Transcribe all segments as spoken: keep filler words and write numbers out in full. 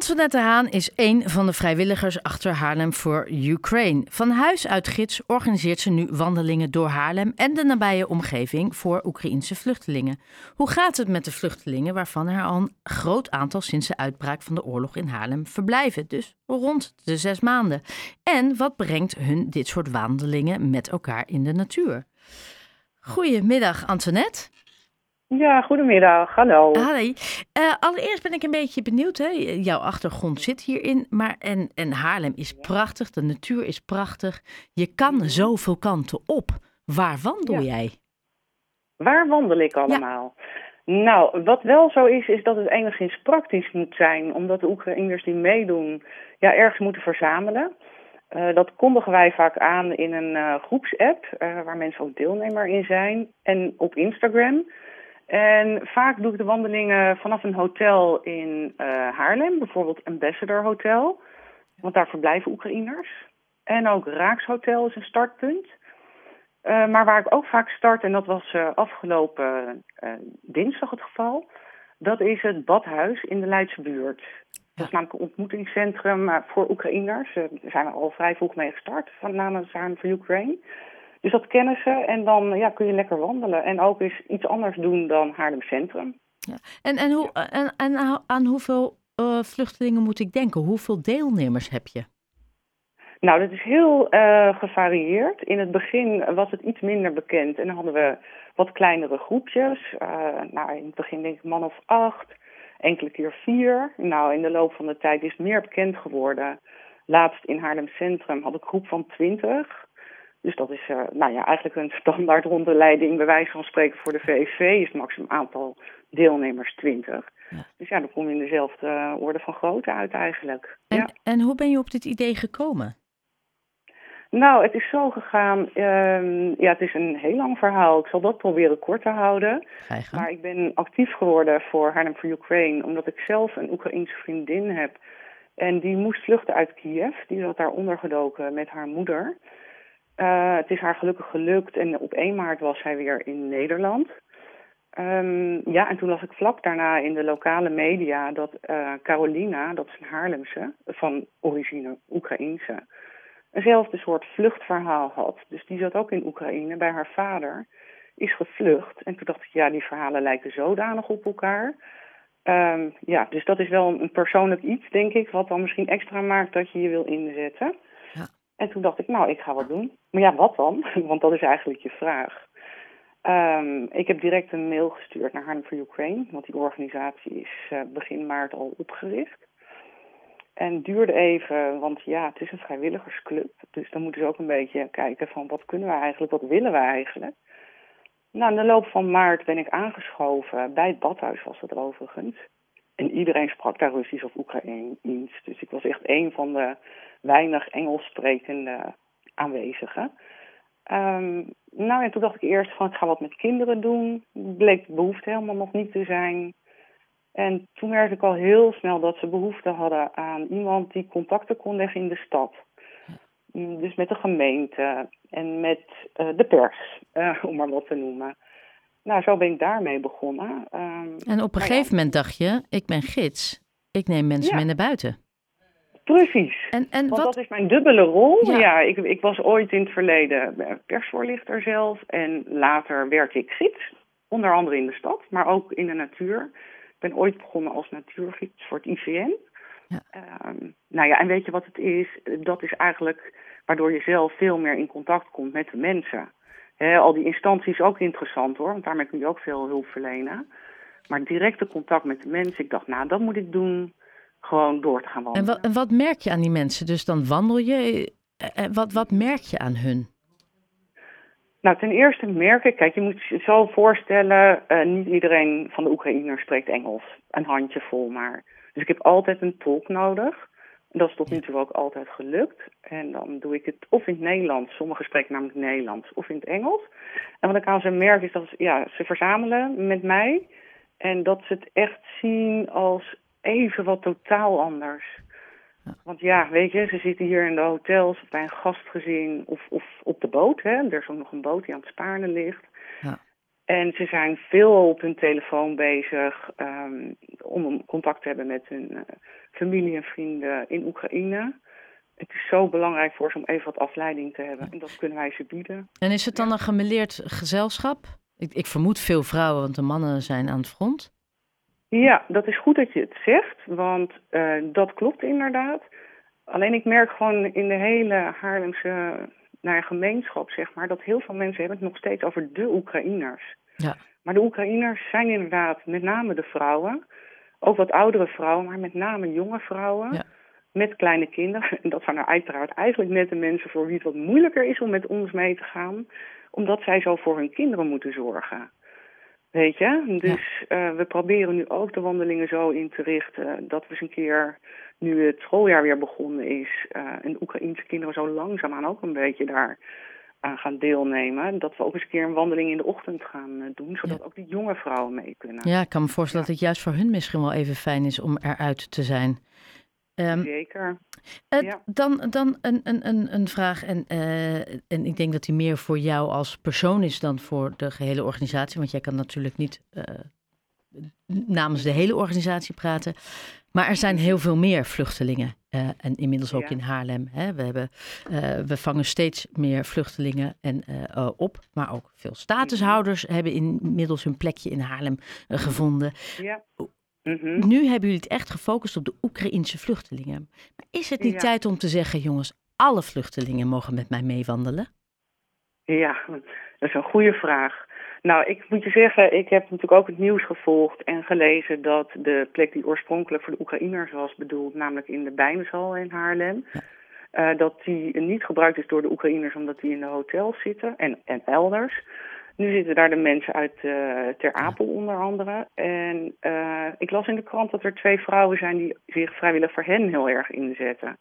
Antoinette Haan is één van de vrijwilligers achter Haarlem for Ukraine. Van huis uit gids organiseert ze nu wandelingen door Haarlem en de nabije omgeving voor Oekraïense vluchtelingen. Hoe gaat het met de vluchtelingen waarvan er al een groot aantal sinds de uitbraak van de oorlog in Haarlem verblijven? Dus rond de zes maanden. En wat brengt hun dit soort wandelingen met elkaar in de natuur? Goedemiddag, Antoinette. Ja, goedemiddag. Hallo. Hallo. Uh, allereerst ben ik een beetje benieuwd. Hè? Jouw achtergrond zit hierin. Maar en, en Haarlem is prachtig. De natuur is prachtig. Je kan zoveel kanten op. Waar wandel ja. jij? Waar wandel ik allemaal? Ja. Nou, wat wel zo is, is dat het enigszins praktisch moet zijn. Omdat de Oekraïners die meedoen, ja, ergens moeten verzamelen. Uh, dat kondigen wij vaak aan in een uh, groepsapp, uh, waar mensen ook deelnemer in zijn. En op Instagram. En vaak doe ik de wandelingen vanaf een hotel in uh, Haarlem, bijvoorbeeld Ambassador Hotel. Want daar verblijven Oekraïners. En ook Raakshotel is een startpunt. Uh, maar waar ik ook vaak start, en dat was uh, afgelopen uh, dinsdag het geval, dat is het Badhuis in de Leidse buurt. Dat is namelijk een ontmoetingscentrum uh, voor Oekraïners. Uh, daar zijn we al vrij vroeg mee gestart, van namens Haarlem for Ukraine. Dus dat kennen ze en dan ja, kun je lekker wandelen. En ook eens iets anders doen dan Haarlem Centrum. Ja. En, en, hoe, ja. en, en aan hoeveel uh, vluchtelingen moet ik denken? Hoeveel deelnemers heb je? Nou, dat is heel uh, gevarieerd. In het begin was het iets minder bekend. En dan hadden we wat kleinere groepjes. Uh, nou, in het begin denk ik man of acht. Enkele keer vier. Nou, in de loop van de tijd is het meer bekend geworden. Laatst in Haarlem Centrum had ik een groep van twintig. Dus dat is uh, nou ja, eigenlijk een standaard rondleiding, bij wijze van spreken voor de V V is het maximum aantal deelnemers twintig. Ja. Dus ja, dan kom je in dezelfde orde van grootte uit eigenlijk. En, ja. en hoe ben je op dit idee gekomen? Nou, het is zo gegaan, um, ja, het is een heel lang verhaal. Ik zal dat proberen kort te houden. Maar ik ben actief geworden voor Haarlem for Ukraine, omdat ik zelf een Oekraïense vriendin heb. En die moest vluchten uit Kiev, die zat daar ondergedoken met haar moeder. Uh, het is haar gelukkig gelukt en op één maart was zij weer in Nederland. Um, ja, en toen las ik vlak daarna in de lokale media dat uh, Carolina, dat is een Haarlemse, van origine Oekraïense, eenzelfde soort vluchtverhaal had. Dus die zat ook in Oekraïne bij haar vader, is gevlucht. En toen dacht ik, ja, die verhalen lijken zodanig op elkaar. Um, ja, dus dat is wel een persoonlijk iets, denk ik, wat dan misschien extra maakt dat je je wil inzetten. Ja. En toen dacht ik, nou, ik ga wat doen. Maar ja, wat dan? Want dat is eigenlijk je vraag. Um, ik heb direct een mail gestuurd naar Haarlem for Ukraine, want die organisatie is uh, begin maart al opgericht. En het duurde even, want ja, het is een vrijwilligersclub. Dus dan moeten ze ook een beetje kijken van wat kunnen we eigenlijk, wat willen we eigenlijk. Nou, in de loop van maart ben ik aangeschoven, bij het badhuis was dat overigens. En iedereen sprak daar Russisch of Oekraïens. Dus ik was echt een van de weinig Engels sprekende aanwezigen. Um, nou, en toen dacht ik eerst van ik ga wat met kinderen doen. Bleek de behoefte helemaal nog niet te zijn. En toen merkte ik al heel snel dat ze behoefte hadden aan iemand die contacten kon leggen in de stad. Dus met de gemeente en met uh, de pers, uh, om maar wat te noemen. Nou, zo ben ik daarmee begonnen. Um, en op een gegeven ja. moment dacht je, ik ben gids. Ik neem mensen ja. mee naar buiten. Precies, en, en want wat... dat is mijn dubbele rol. Ja, ja ik, ik was ooit in het verleden persvoorlichter zelf en later werd ik gids. Onder andere in de stad, maar ook in de natuur. Ik ben ooit begonnen als natuurgids voor het I V N. Ja. Um, nou ja, en weet je wat het is? Dat is eigenlijk waardoor je zelf veel meer in contact komt met de mensen. He, al die instanties ook interessant hoor, want daarmee kun je ook veel hulp verlenen. Maar directe contact met de mensen, ik dacht nou, dat moet ik doen. Gewoon door te gaan wandelen. En wat, en wat merk je aan die mensen? Dus dan wandel je. En wat, wat merk je aan hun? Nou, ten eerste merk ik, kijk, je moet je zo voorstellen, uh, niet iedereen van de Oekraïners spreekt Engels. Een handjevol maar. Dus ik heb altijd een tolk nodig. En dat is tot nu toe ook altijd gelukt. En dan doe ik het of in het Nederlands, sommigen spreken namelijk Nederlands, of in het Engels. En wat ik aan ze merk is dat ja, ze verzamelen met mij. En dat ze het echt zien als even wat totaal anders. Ja. Want ja, weet je, ze zitten hier in de hotels of bij een gastgezin of, of op de boot. Hè. Er is ook nog een boot die aan het Spaarne ligt. Ja. En ze zijn veel op hun telefoon bezig um, om contact te hebben met hun uh, familie en vrienden in Oekraïne. Het is zo belangrijk voor ze om even wat afleiding te hebben. En dat kunnen wij ze bieden. En is het dan ja. een gemêleerd gezelschap? Ik, ik vermoed veel vrouwen, want de mannen zijn aan het front. Ja, dat is goed dat je het zegt, want uh, dat klopt inderdaad. Alleen ik merk gewoon in de hele Haarlemse nou, gemeenschap, zeg maar, dat heel veel mensen hebben het nog steeds over de Oekraïners. Ja. Maar de Oekraïners zijn inderdaad met name de vrouwen, ook wat oudere vrouwen, maar met name jonge vrouwen. Ja. Met kleine kinderen. En dat zijn er uiteraard eigenlijk net de mensen voor wie het wat moeilijker is om met ons mee te gaan. Omdat zij zo voor hun kinderen moeten zorgen. Weet je? Dus ja. uh, we proberen nu ook de wandelingen zo in te richten dat we eens een keer, nu het schooljaar weer begonnen is, uh, en de Oekraïense kinderen zo langzaamaan ook een beetje daar aan gaan deelnemen. Dat we ook eens een keer een wandeling in de ochtend gaan uh, doen, zodat ja. ook die jonge vrouwen mee kunnen. Ja, ik kan me voorstellen ja. dat het juist voor hun misschien wel even fijn is om eruit te zijn. Um, Zeker. Uh, ja. Dan, dan een, een, een, een vraag, en, uh, en ik denk dat die meer voor jou als persoon is dan voor de gehele organisatie, want jij kan natuurlijk niet uh, namens de hele organisatie praten. Maar er zijn heel veel meer vluchtelingen uh, en inmiddels ook ja. in Haarlem. Hè. We, hebben, uh, we vangen steeds meer vluchtelingen en, uh, uh, op, maar ook veel statushouders mm-hmm. hebben inmiddels hun plekje in Haarlem uh, gevonden. Ja. Mm-hmm. Nu hebben jullie het echt gefocust op de Oekraïense vluchtelingen. Maar is het niet ja. tijd om te zeggen, jongens, alle vluchtelingen mogen met mij meewandelen? Ja, dat is een goede vraag. Nou, ik moet je zeggen, ik heb natuurlijk ook het nieuws gevolgd en gelezen dat de plek die oorspronkelijk voor de Oekraïners was bedoeld, namelijk in de Bijmeshal in Haarlem, ja. uh, dat die niet gebruikt is door de Oekraïners omdat die in de hotels zitten en, en elders. Nu zitten daar de mensen uit uh, Ter Apel onder andere. En uh, ik las in de krant dat er twee vrouwen zijn die zich vrijwillig voor hen heel erg inzetten.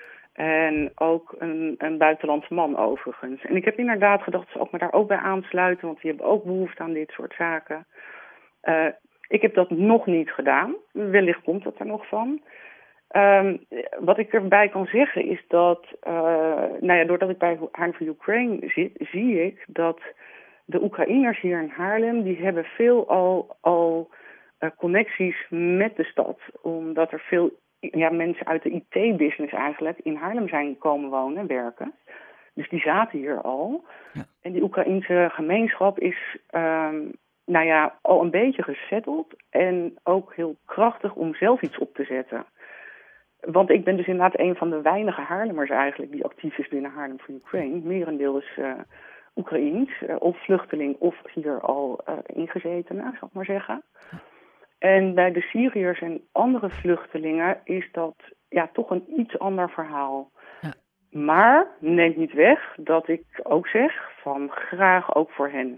En ook een, een buitenlandse man overigens. En ik heb inderdaad gedacht dat ze ook me daar ook bij aansluiten, want die hebben ook behoefte aan dit soort zaken. Uh, ik heb dat nog niet gedaan. Wellicht komt dat er nog van. Um, wat ik erbij kan zeggen is dat, uh, nou ja, doordat ik bij Haarlem for Ukraine zit, zie ik dat de Oekraïners hier in Haarlem, die hebben veel al, al uh, connecties met de stad. Omdat er veel ja, mensen uit de I T-business eigenlijk in Haarlem zijn komen wonen, werken. Dus die zaten hier al. Ja. En die Oekraïense gemeenschap is um, nou ja, al een beetje gesetteld en ook heel krachtig om zelf iets op te zetten. Want ik ben dus inderdaad een van de weinige Haarlemmers eigenlijk die actief is binnen Haarlem for Ukraine. Merendeel is uh, Oekraïens, uh, of vluchteling of hier al uh, ingezetenen, zal ik maar zeggen. En bij de Syriërs en andere vluchtelingen is dat ja toch een iets ander verhaal. Ja. Maar neemt niet weg dat ik ook zeg van graag ook voor hen.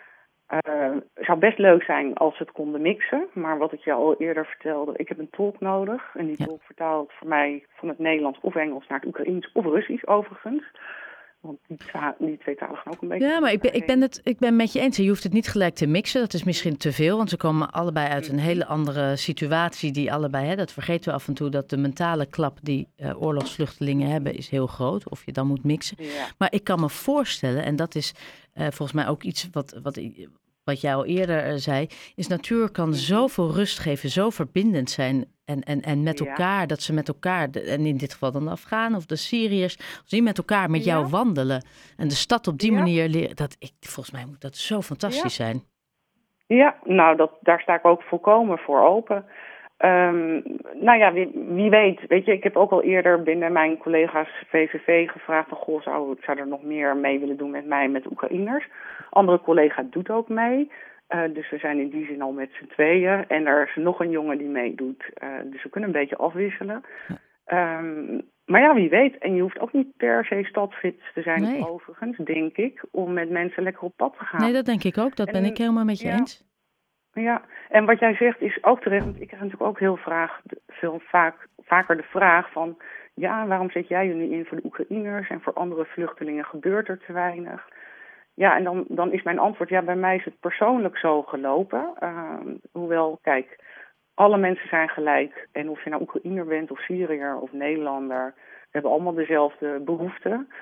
Uh, het zou best leuk zijn als ze het konden mixen. Maar wat ik je al eerder vertelde, ik heb een tolk nodig. En die ja. tolk vertaalt voor mij van het Nederlands of Engels naar het Oekraïens of Russisch overigens. Want die, die twee talen gaan ook een beetje... Ja, maar ik ben, ik, ben het, ik ben met je eens. Je hoeft het niet gelijk te mixen. Dat is misschien te veel, want ze komen allebei uit een hele andere situatie. Die allebei, hè, dat vergeten we af en toe, dat de mentale klap die uh, oorlogsvluchtelingen hebben is heel groot. Of je dan moet mixen. Ja. Maar ik kan me voorstellen, en dat is uh, volgens mij ook iets wat... wat Wat jij al eerder uh, zei, is natuur kan zoveel rust geven, zo verbindend zijn en, en, en met elkaar, ja. dat ze met elkaar, de, en in dit geval dan de Afghanen of de Syriërs, als die met elkaar met ja. jou wandelen en de stad op die ja. manier leren, dat ik, volgens mij moet dat zo fantastisch ja. zijn. Ja, nou, dat, daar sta ik ook volkomen voor open. Um, nou ja, wie, wie weet, weet je, ik heb ook al eerder binnen mijn collega's V V V gevraagd van, goh, zou, zou er nog meer mee willen doen met mij, met de Oekraïners. Andere collega doet ook mee, uh, dus we zijn in die zin al met z'n tweeën. En er is nog een jongen die meedoet, uh, dus we kunnen een beetje afwisselen. Um, maar ja, wie weet, en je hoeft ook niet per se stadsgids te zijn, nee. overigens, denk ik, om met mensen lekker op pad te gaan. Nee, dat denk ik ook, dat en, ben ik helemaal met je ja. eens. Ja, en wat jij zegt is ook terecht, want ik krijg natuurlijk ook heel vraag, veel vaak, vaker de vraag van, ja, waarom zet jij je nu in voor de Oekraïners en voor andere vluchtelingen gebeurt er te weinig? Ja, en dan, dan is mijn antwoord, ja, bij mij is het persoonlijk zo gelopen. Uh, hoewel, kijk, alle mensen zijn gelijk en of je nou Oekraïner bent of Syriër of Nederlander, we hebben allemaal dezelfde behoeften.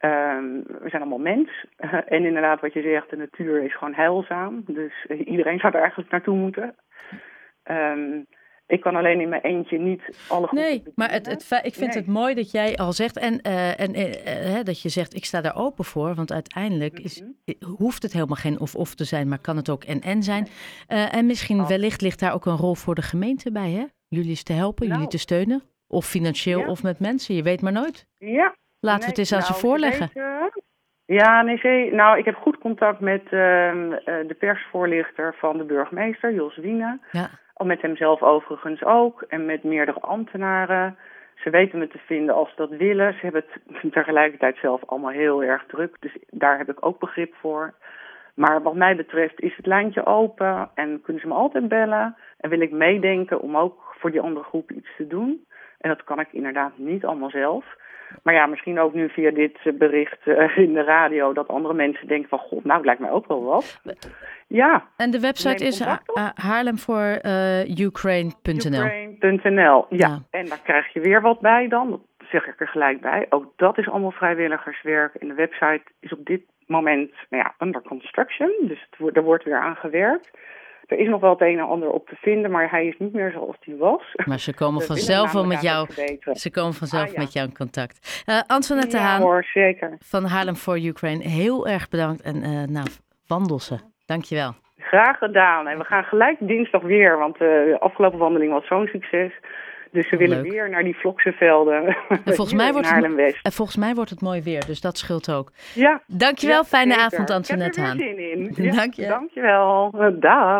Um, we zijn allemaal mens. Uh, en inderdaad, wat je zegt, de natuur is gewoon heilzaam. Dus uh, iedereen zou er eigenlijk naartoe moeten. Um, ik kan alleen in mijn eentje niet alle groepen Nee, maar het, het, ik vind nee. het mooi dat jij al zegt... en, uh, en uh, uh, dat je zegt, ik sta daar open voor. Want uiteindelijk is, mm-hmm. hoeft het helemaal geen of-of te zijn... maar kan het ook en-en zijn. Uh, en misschien oh. wellicht ligt daar ook een rol voor de gemeente bij, hè? Jullie te helpen, nou. jullie te steunen. Of financieel ja. of met mensen, je weet maar nooit. Ja. Laten nee, we het eens aan nou, ze voorleggen. Weet, uh, ja, nee, zee. Nou, ik heb goed contact met uh, uh, de persvoorlichter van de burgemeester, Jos Wiene. Ja. Al met hemzelf overigens ook. En met meerdere ambtenaren. Ze weten me te vinden als ze dat willen. Ze hebben het tegelijkertijd zelf allemaal heel erg druk. Dus daar heb ik ook begrip voor. Maar wat mij betreft is het lijntje open. En kunnen ze me altijd bellen. En wil ik meedenken om ook voor die andere groep iets te doen. En dat kan ik inderdaad niet allemaal zelf. Maar ja, misschien ook nu via dit bericht uh, in de radio... dat andere mensen denken van... god, nou, het lijkt mij ook wel wat. Ja. En de website is uh, haarlem voor ukraine punt n l. Ukraine punt n l, ja. ja. En daar krijg je weer wat bij dan. Dat zeg ik er gelijk bij. Ook dat is allemaal vrijwilligerswerk. En de website is op dit moment nou ja, under construction. Dus het wordt, er wordt weer aan gewerkt. Er is nog wel het een en ander op te vinden, maar hij is niet meer zoals hij was. Maar ze komen dus vanzelf wel met jou. Ze komen vanzelf ah, ja. met jou in contact. Uh, Antoinette ja, Haan hoor, zeker. van Haarlem for Ukraine, heel erg bedankt en uh, nou, wandel ze. Dankjewel. Graag gedaan. En we gaan gelijk dinsdag weer, want uh, de afgelopen wandeling was zo'n succes. Dus we oh, willen leuk. weer naar die Vloksevelden. En volgens, mij wordt het, en volgens mij wordt het mooi weer, dus dat scheelt ook. Ja. Dankjewel, ja, fijne zeker. avond Antoinette Haan. Ik heb er weer zin in. Ja, Dank je. Dankjewel. Dag.